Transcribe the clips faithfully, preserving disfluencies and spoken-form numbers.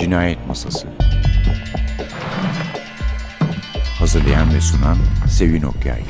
Cinayet Masası. Hazırlayan ve sunan Sevin Okyay.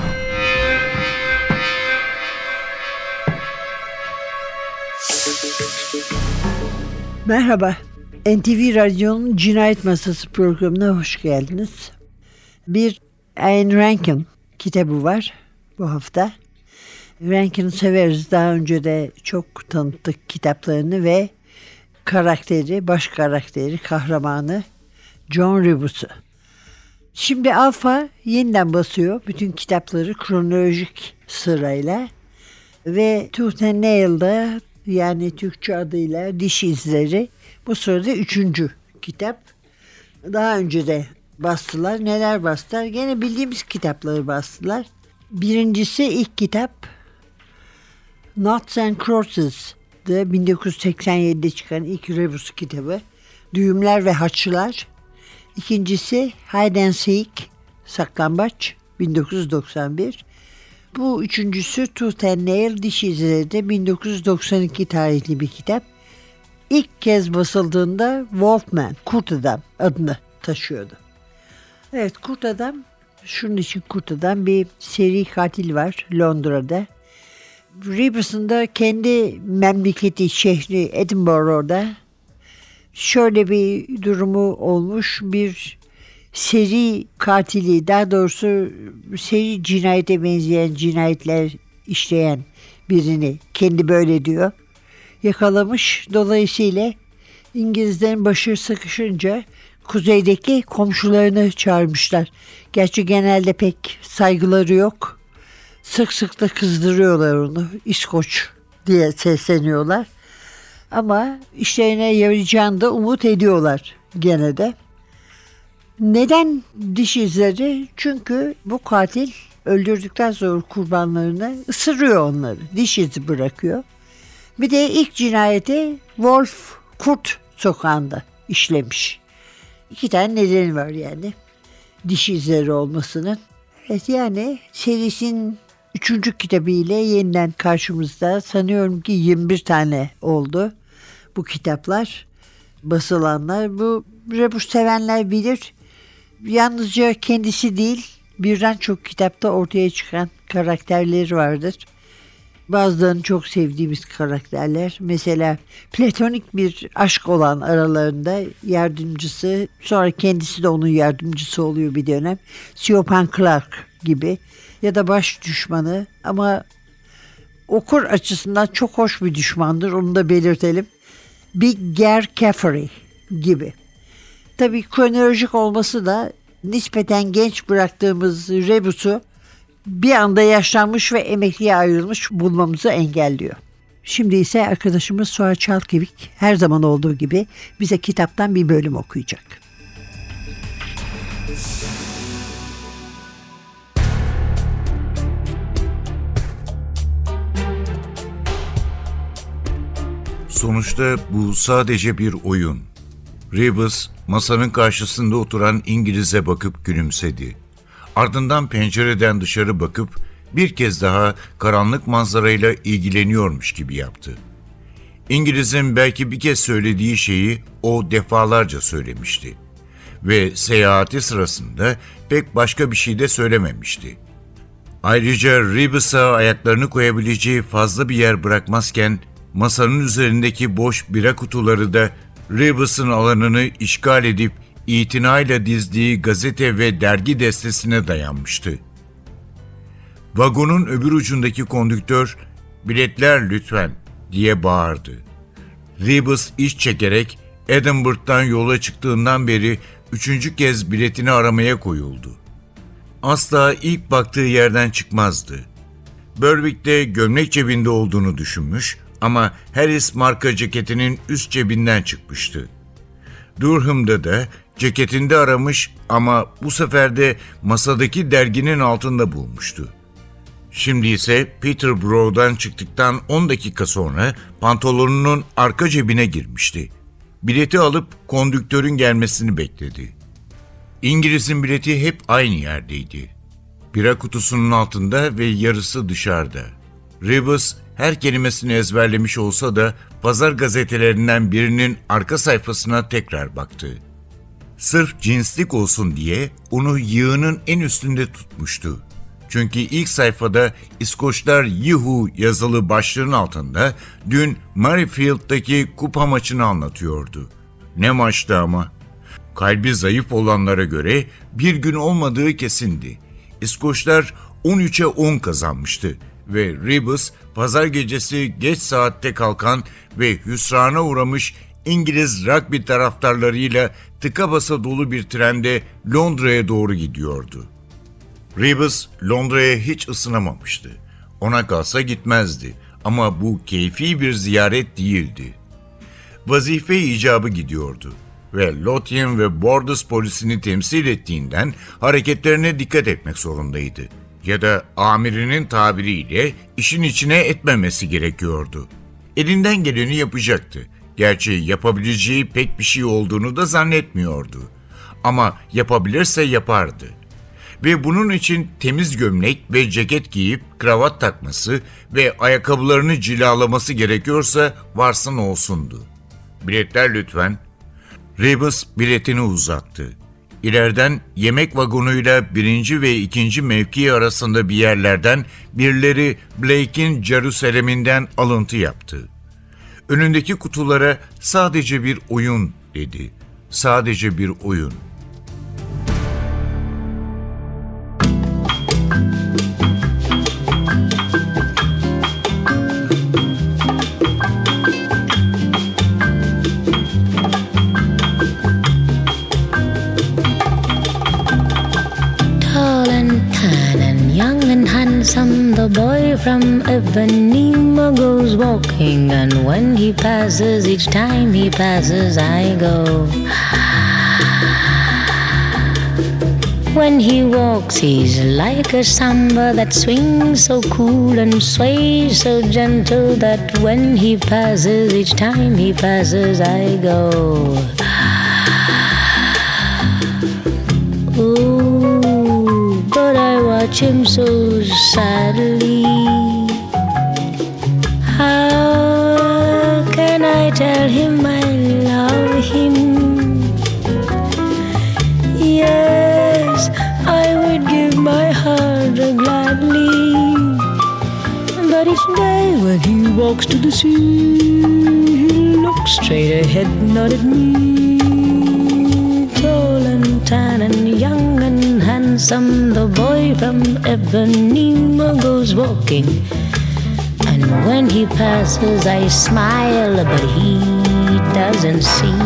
Merhaba, N T V Radyo'nun Cinayet Masası programına hoş geldiniz. Bir Ayn Rand'in kitabı var bu hafta. Rand'ini severiz. Daha önce de çok tanıttık kitaplarını ve karakteri, baş karakteri, kahramanı John Rebus'u. Şimdi Alfa yeniden basıyor bütün kitapları kronolojik sırayla ve Tooth and Nail'da, yani Türkçe adıyla Diş İzleri, bu sırada üçüncü kitap. Daha önce de bastılar. Neler bastılar? Gene bildiğimiz kitapları bastılar. Birincisi ilk kitap Knots and Crosses'dı. bin dokuz yüz seksen yedide çıkan ilk Rebus kitabı. Düğümler ve Haçlar. İkincisi Hide and Seek, Saklambaç, bin dokuz yüz doksan bir. Bu üçüncüsü Tooth and Nail, Diş İzleri de bin dokuz yüz doksan iki tarihli bir kitap. İlk kez basıldığında Wolfman, Kurt Adam adını taşıyordu. Evet, Kurt Adam, şunun için Kurt Adam, bir seri katil var Londra'da. Rebus'un da kendi memleketi, şehri Edinburgh'da şöyle bir durumu olmuş. Bir seri katili, daha doğrusu seri cinayete benzeyen cinayetler işleyen birini, kendi böyle diyor, yakalamış. Dolayısıyla İngilizlerin başı sıkışınca kuzeydeki komşularını çağırmışlar. Gerçi genelde pek saygıları yok. Sık sık da kızdırıyorlar onu. İskoç diye sesleniyorlar. Ama işlerine yarayacağını da umut ediyorlar gene de. Neden diş izleri? Çünkü bu katil öldürdükten sonra kurbanlarını ısırıyor onları. Diş izi bırakıyor. Bir de ilk cinayeti Wolf Kurt sokağında işlemiş. İki tane nedeni var yani diş izleri olmasının. Evet, yani serisinin üçüncü kitabı ile yeniden karşımızda. Sanıyorum ki yirmi bir tane oldu bu kitaplar, basılanlar. Bu Rebus sevenler bilir. Yalnızca kendisi değil, birden çok kitapta ortaya çıkan karakterleri vardır. Bazılarını çok sevdiğimiz karakterler. Mesela platonik bir aşk olan aralarında yardımcısı, sonra kendisi de onun yardımcısı oluyor bir dönem. Siobhan Clarke gibi, ya da baş düşmanı ama okur açısından çok hoş bir düşmandır, onu da belirtelim. Big Ger Caffery gibi. Tabii kronolojik olması da nispeten genç bıraktığımız Rebus'u bir anda yaşlanmış ve emekliye ayrılmış bulmamızı engelliyor. Şimdi ise arkadaşımız Suha Çalkevik her zaman olduğu gibi bize kitaptan bir bölüm okuyacak. Sonuçta bu sadece bir oyun. Rebus masanın karşısında oturan İngiliz'e bakıp gülümsedi. Ardından pencereden dışarı bakıp bir kez daha karanlık manzarayla ilgileniyormuş gibi yaptı. İngiliz'in belki bir kez söylediği şeyi o defalarca söylemişti. Ve seyahati sırasında pek başka bir şey de söylememişti. Ayrıca Rebus'a ayaklarını koyabileceği fazla bir yer bırakmazken masanın üzerindeki boş bira kutuları da Rebus'un alanını işgal edip itinayla dizdiği gazete ve dergi destesine dayanmıştı. Vagonun öbür ucundaki kondüktör, "Biletler lütfen," diye bağırdı. Rebus iç çekerek Edinburgh'dan yola çıktığından beri üçüncü kez biletini aramaya koyuldu. Asla ilk baktığı yerden çıkmazdı. Berwick'te gömlek cebinde olduğunu düşünmüş ama Harris marka ceketinin üst cebinden çıkmıştı. Durham'da da ceketinde aramış ama bu sefer de masadaki derginin altında bulmuştu. Şimdi ise Peterborough'dan çıktıktan on dakika sonra pantolonunun arka cebine girmişti. Bileti alıp kondüktörün gelmesini bekledi. İngiliz'in bileti hep aynı yerdeydi. Bira kutusunun altında ve yarısı dışarıda. Rebus her kelimesini ezberlemiş olsa da pazar gazetelerinden birinin arka sayfasına tekrar baktı. Sırf cinslik olsun diye onu yığının en üstünde tutmuştu. Çünkü ilk sayfada İskoçlar Yuhu yazılı başlığın altında dün Murrayfield'daki kupa maçını anlatıyordu. Ne maçtı ama. Kalbi zayıf olanlara göre bir gün olmadığı kesindi. İskoçlar on üçe on kazanmıştı ve Rebus pazar gecesi geç saatte kalkan ve hüsrana uğramış İngiliz rugby taraftarlarıyla tıka basa dolu bir trende Londra'ya doğru gidiyordu. Rebus Londra'ya hiç ısınamamıştı. Ona kalsa gitmezdi ama bu keyfi bir ziyaret değildi. Vazife icabı gidiyordu ve Lothian ve Borders polisini temsil ettiğinden hareketlerine dikkat etmek zorundaydı. Ya da amirinin tabiriyle işin içine etmemesi gerekiyordu. Elinden geleni yapacaktı. Gerçi yapabileceği pek bir şey olduğunu da zannetmiyordu. Ama yapabilirse yapardı. Ve bunun için temiz gömlek ve ceket giyip kravat takması ve ayakkabılarını cilalaması gerekiyorsa varsın olsundu. Biletler lütfen. Rebus biletini uzattı. İleriden yemek vagonuyla birinci ve ikinci mevki arasında bir yerlerden birileri Blake'in Jerusalem'inden alıntı yaptı. Önündeki kutulara sadece bir oyun dedi. Sadece bir oyun. The boy from Ipanema goes walking, and when he passes, each time he passes, I go. When he walks, he's like a samba that swings so cool and sways so gentle that when he passes, each time he passes, I go. Ooh, but I watch him so sadly. How can I tell him I love him? Yes, I would give my heart gladly, but each day when he walks to the sea, he looks straight ahead, not at me. Tall and tan and young and handsome, the boy from Ipanema goes walking, and when he passes I smile, but he doesn't see.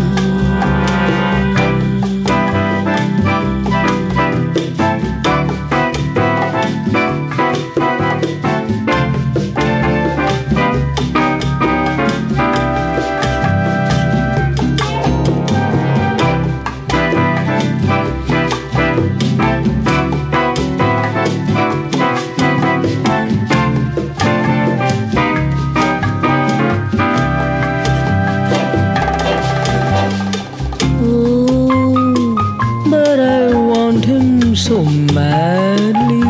So madly,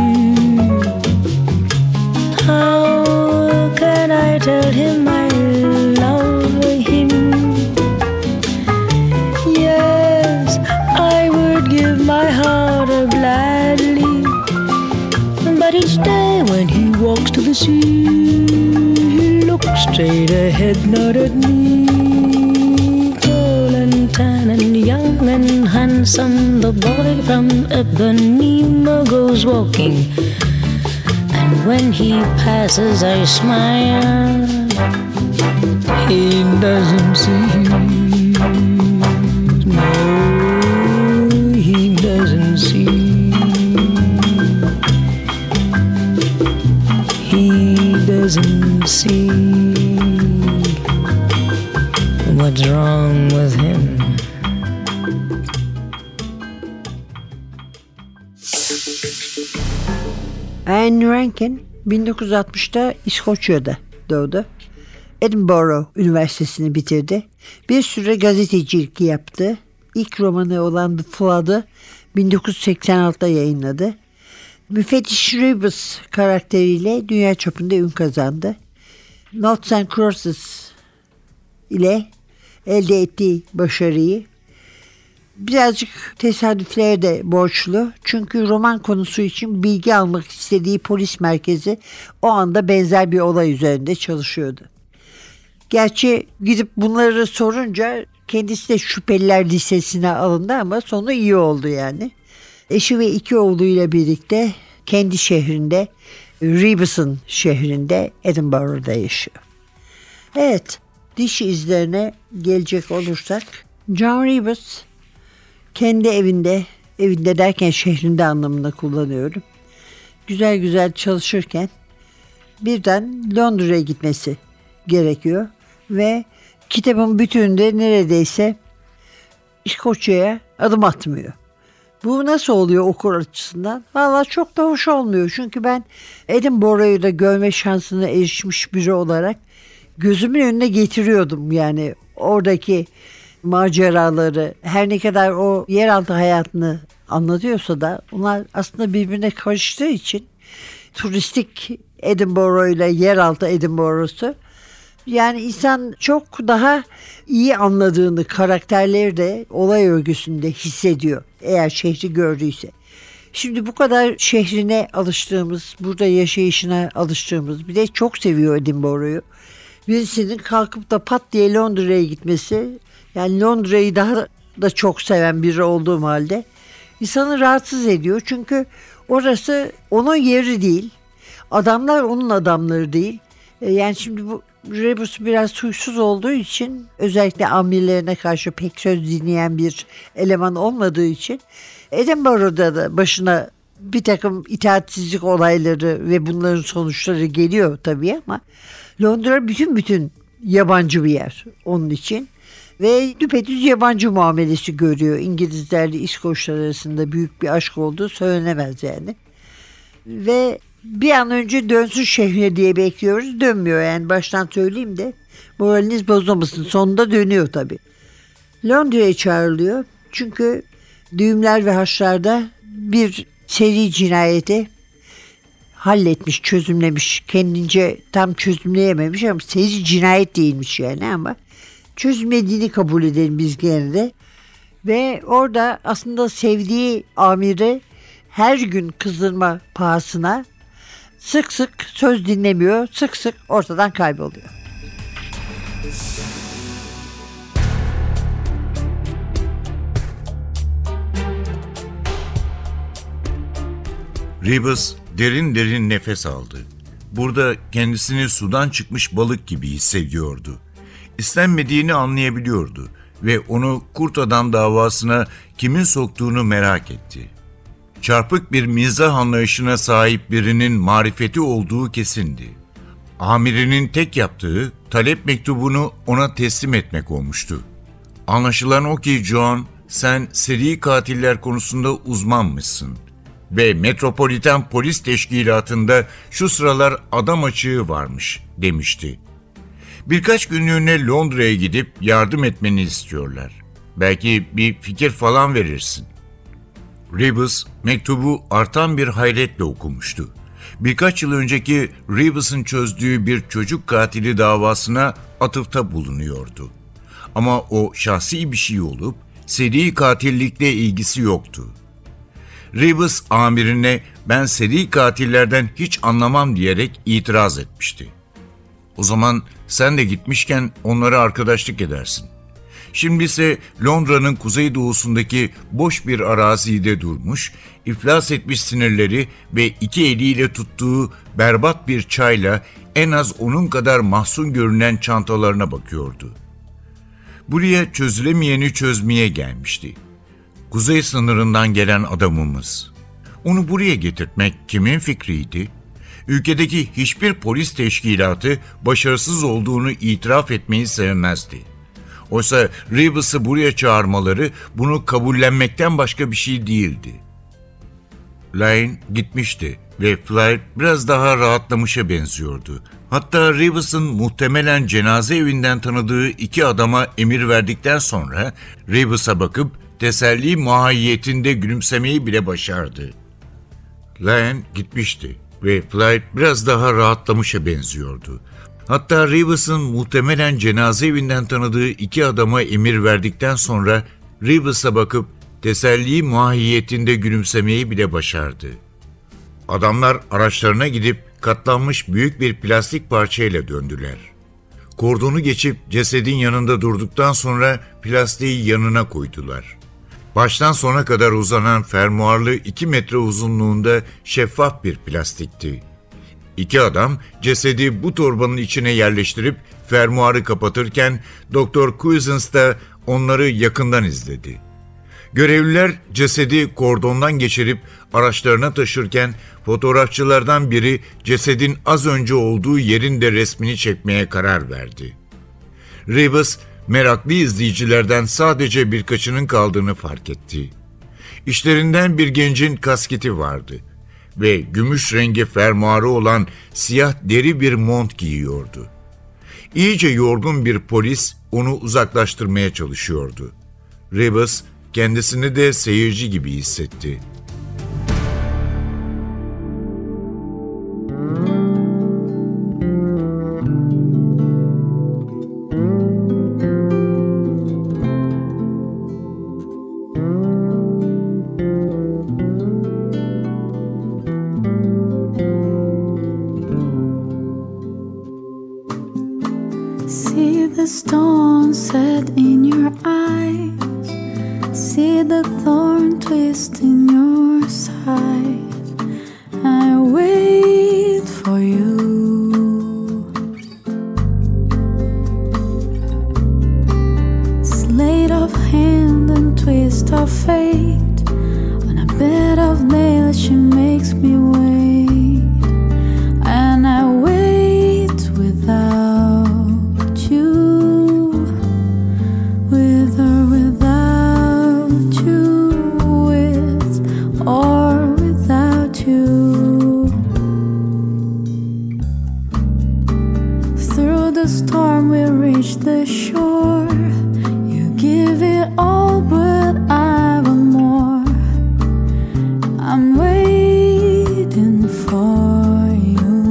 how can I tell him I love him? Yes, I would give my heart gladly, but each day when he walks to the sea, he looks straight ahead, not at me. Tall and tan and young and handsome, the boy from Ipanema goes walking, and when he passes I smile. He doesn't see, no, he doesn't see, he doesn't see what's wrong with him. Anne Rankin bin dokuz yüz altmışta İskoçya'da doğdu. Edinburgh Üniversitesi'ni bitirdi. Bir süre gazetecilik yaptı. İlk romanı olan The Flood'ı bin dokuz yüz seksen altıda yayınladı. Müfettiş Rebus karakteriyle dünya çapında ün kazandı. Noughts and Crosses ile elde ettiği başarıyı birazcık tesadüflere de borçlu. Çünkü roman konusu için bilgi almak istediği polis merkezi o anda benzer bir olay üzerinde çalışıyordu. Gerçi gidip bunları sorunca kendisi de şüpheliler listesine alındı ama sonu iyi oldu yani. Eşi ve iki oğluyla birlikte kendi şehrinde, Rebus'un şehrinde, Edinburgh'da yaşıyor. Evet, diş izlerine gelecek olursak, John Rebus kendi evinde, evinde derken şehrinde anlamında kullanıyorum. Güzel güzel çalışırken birden Londra'ya gitmesi gerekiyor ve kitabın bütününde neredeyse İskoçya'ya adım atmıyor. Bu nasıl oluyor okur açısından? Valla çok da hoş olmuyor. Çünkü ben Edinburgh'ı da görme şansına erişmiş biri olarak gözümün önüne getiriyordum. Yani oradaki maceraları, her ne kadar o yeraltı hayatını anlatıyorsa da onlar aslında birbirine karıştığı için turistik Edinburgh ile yeraltı Edinburgh'su, yani insan çok daha iyi anladığını karakterleri de olay örgüsünde hissediyor eğer şehri gördüyse. Şimdi bu kadar şehrine alıştığımız, burada yaşayışına alıştığımız, bir de çok seviyor Edinburgh'u. Birisinin kalkıp da pat diye Londra'ya gitmesi, yani Londra'yı daha da çok seven biri olduğum halde insanı rahatsız ediyor. Çünkü orası onun yeri değil, adamlar onun adamları değil. Yani şimdi bu Rebus biraz huysuz olduğu için, özellikle amirlerine karşı pek söz dinleyen bir eleman olmadığı için Edinburgh'da da başına bir takım itaatsizlik olayları ve bunların sonuçları geliyor tabii ama Londra bütün bütün yabancı bir yer onun için ve düpedüz yabancı muamelesi görüyor. İngilizlerle İskoçlar arasında büyük bir aşk olduğu söylenemez yani. Ve bir an önce dönsün şehrine diye bekliyoruz. Dönmüyor yani, baştan söyleyeyim de moraliniz bozulmasın. Sonunda dönüyor tabii. Londra'ya çağrılıyor. Çünkü Düğümler ve Haçlar'da bir seri cinayeti halletmiş, çözümlemiş. Kendince tam çözümleyememiş ama seri cinayet değilmiş yani, ama çözümlediğini kabul edelim biz gene de. Ve orada aslında sevdiği amiri her gün kızdırma pahasına sık sık söz dinlemiyor, sık sık ortadan kayboluyor. Rebus derin derin nefes aldı. Burada kendisini sudan çıkmış balık gibi hissediyordu. İstenmediğini anlayabiliyordu ve onu kurt adam davasına kimin soktuğunu merak etti. Çarpık bir mizah anlayışına sahip birinin marifeti olduğu kesindi. Amirinin tek yaptığı talep mektubunu ona teslim etmek olmuştu. Anlaşılan o ki John, sen seri katiller konusunda uzmanmışsın ve Metropolitan Polis Teşkilatı'nda şu sıralar adam açığı varmış demişti. Birkaç günlüğüne Londra'ya gidip yardım etmeni istiyorlar. Belki bir fikir falan verirsin. Rebus mektubu artan bir hayretle okumuştu. Birkaç yıl önceki Rebus'un çözdüğü bir çocuk katili davasına atıfta bulunuyordu. Ama o şahsi bir şey olup seri katillikle ilgisi yoktu. Rebus amirine ben seri katillerden hiç anlamam diyerek itiraz etmişti. O zaman sen de gitmişken onlara arkadaşlık edersin. Şimdi ise Londra'nın kuzeydoğusundaki boş bir arazide durmuş, iflas etmiş sinirleri ve iki eliyle tuttuğu berbat bir çayla en az onun kadar mahzun görünen çantalarına bakıyordu. Buraya çözülemeyeni çözmeye gelmişti. Kuzey sınırından gelen adamımız. Onu buraya getirtmek kimin fikriydi? Ülkedeki hiçbir polis teşkilatı başarısız olduğunu itiraf etmeyi sevmezdi. Oysa Rebus'ı buraya çağırmaları bunu kabullenmekten başka bir şey değildi. Lane gitmişti ve Flight biraz daha rahatlamışa benziyordu. Hatta Rebus'un muhtemelen cenaze evinden tanıdığı iki adama emir verdikten sonra Rebus'a bakıp teselli mahiyetinde gülümsemeyi bile başardı. Lion gitmişti ve Floyd biraz daha rahatlamışa benziyordu. Hatta Rebus'un muhtemelen cenaze evinden tanıdığı iki adama emir verdikten sonra Rebus'a bakıp teselli mahiyetinde gülümsemeyi bile başardı. Adamlar araçlarına gidip katlanmış büyük bir plastik parçayla döndüler. Kordonu geçip cesedin yanında durduktan sonra plastiği yanına koydular. Baştan sona kadar uzanan fermuarlı iki metre uzunluğunda şeffaf bir plastikti. İki adam cesedi bu torbanın içine yerleştirip fermuarı kapatırken Doktor Cousins da onları yakından izledi. Görevliler cesedi kordondan geçirip araçlarına taşırken fotoğrafçılardan biri cesedin az önce olduğu yerin de resmini çekmeye karar verdi. Rebus meraklı izleyicilerden sadece birkaçının kaldığını fark etti. İşlerinden bir gencin kasketi vardı ve gümüş rengi fermuarı olan siyah deri bir mont giyiyordu. İyice yorgun bir polis onu uzaklaştırmaya çalışıyordu. Rebus kendisini de seyirci gibi hissetti. See the stone set in your eyes, see the thorn twist in your side. I wait for you. Sleight of hand and twist of fate, on a bed of nails she makes me wait, and I wait without the shore. You give it all, but I want more. I'm waiting for you,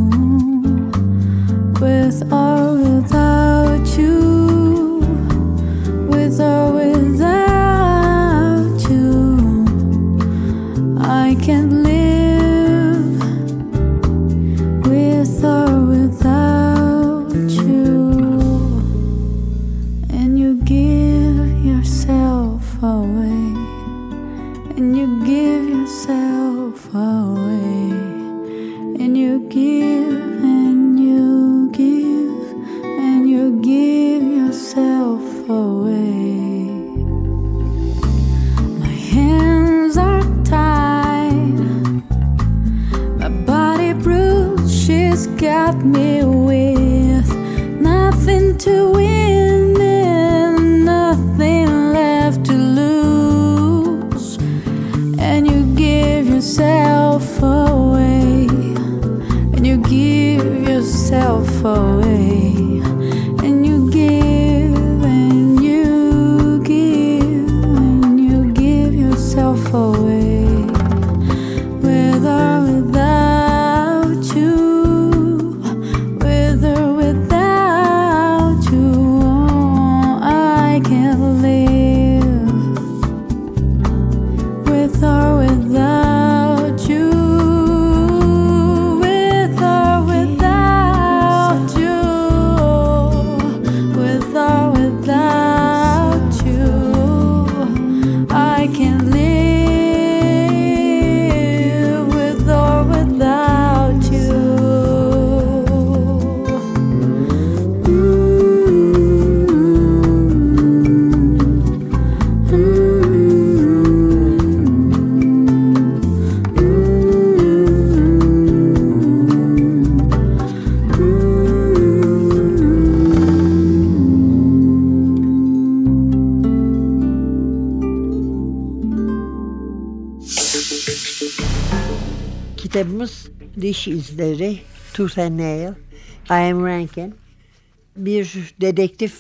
with or without you, with or without you. I can't live with or without you. Away, and you give yourself away, and you give, and you give, and you give yourself away. My hands are tied, my body bruised, she's got me with nothing to win and nothing left to lose, and you give yourself away, and you give yourself away, and you give, and you give, and you give yourself away, with or without you, with or without you. Oh, I can't live with or without you, with or without you, with or without you. I can't live with or without you. Kitabımız Diş İzleri, Tooth and Nail, Ian Rankin. Bir dedektif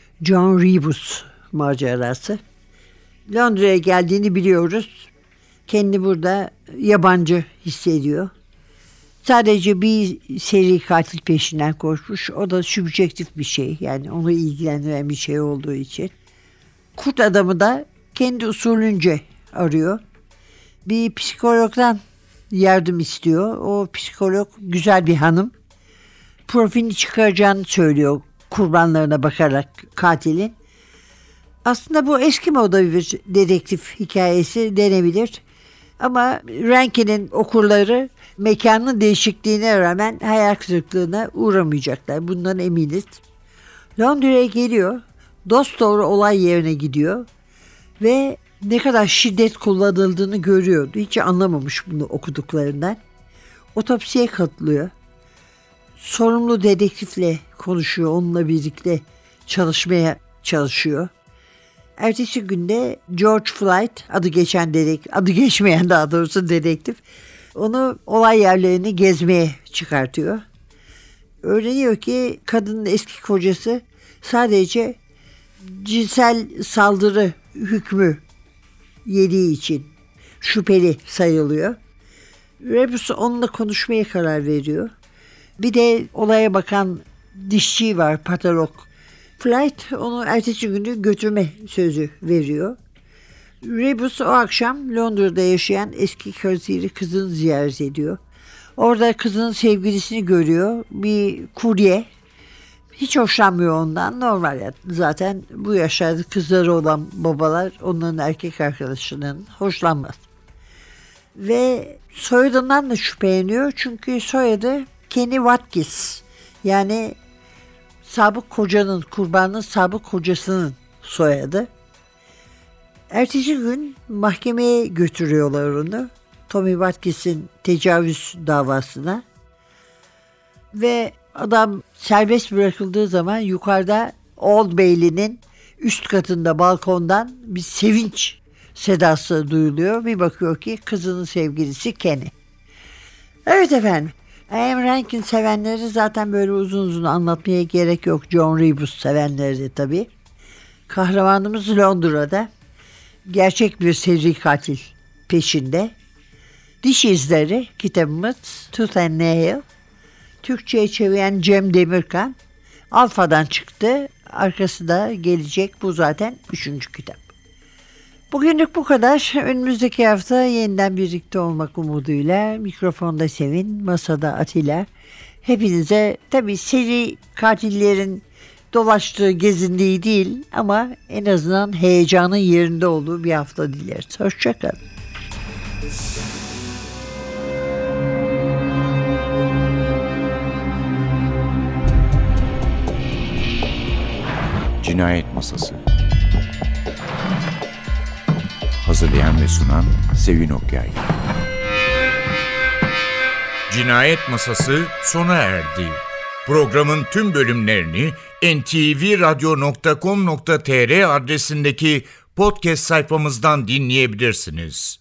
John Rebus macerası. Londra'ya geldiğini biliyoruz. kendi burada yabancı hissediyor. Sadece bir seri katil peşinden koşmuş. O da sübjektif bir şey. Yani onu ilgilendiren bir şey olduğu için. Kurt adamı da kendi usulünce arıyor. Bir psikologdan yardım istiyor. O psikolog güzel bir hanım. Profilini çıkaracağını söylüyor kurbanlarına bakarak katilin. Aslında bu eski moda bir dedektif hikayesi denebilir. Ama Rankin'in okurları mekanın değişikliğine rağmen hayal kırıklığına uğramayacaklar. Bundan eminiz. Londra'ya geliyor. Dosdoğru olay yerine gidiyor. Ve ne kadar şiddet kullanıldığını görüyordu. Hiç anlamamış bunu okuduklarından. Otopsiye katılıyor. Sorumlu dedektifle konuşuyor. Onunla birlikte çalışmaya çalışıyor. Ertesi günde George Floyd, adı geçen dedektif, adı geçmeyen daha doğrusu dedektif, onu olay yerlerini gezmeye çıkartıyor. Öğreniyor ki kadının eski kocası sadece cinsel saldırı hükmü yediği için şüpheli sayılıyor. Rebus onunla konuşmaya karar veriyor. Bir de olaya bakan dişçi var, patolog. Floyd onu ertesi günü götürme sözü veriyor. Rebus o akşam Londra'da yaşayan eski karısıyla kızını ziyaret ediyor. Orada kızının sevgilisini görüyor. Bir kurye. Hiç hoşlanmıyor ondan. Normal ya. Zaten bu yaşlarda kızları olan babalar onların erkek arkadaşının hoşlanmaz. Ve soyadından da şüpheleniyor. Çünkü soyadı Kenny Watkins. Yani sabık kocanın, kurbanın sabık kocasının soyadı. Ertesi gün mahkemeye götürüyorlar onu. Tommy Watkins'in tecavüz davasına. Ve adam serbest bırakıldığı zaman yukarıda Old Bailey'nin üst katında balkondan bir sevinç sedası duyuluyor. Bir bakıyor ki kızının sevgilisi Kenny. Evet efendim. I Am Rankin sevenleri zaten böyle uzun uzun anlatmaya gerek yok. John Rebus sevenleri de tabii. Kahramanımız Londra'da gerçek bir seri katil peşinde. Diş İzleri kitabımız Tooth and Nail. Türkçe'ye çeviren Cem Demirkan. Alfa'dan çıktı. Arkası da gelecek. Bu zaten üçüncü kitap. Bugünlük bu kadar. Önümüzdeki hafta yeniden birlikte olmak umuduyla mikrofonda Sevin, masada Atilla. Hepinize tabii seri katillerin dolaştığı, gezindiği değil ama en azından heyecanın yerinde olduğu bir hafta dileriz. Hoşçakalın. Cinayet Masası. Hazırlayan ve sunan Sevin Okyay. Cinayet Masası sona erdi. Programın tüm bölümlerini en te ve radyo nokta com nokta te er adresindeki podcast sayfamızdan dinleyebilirsiniz.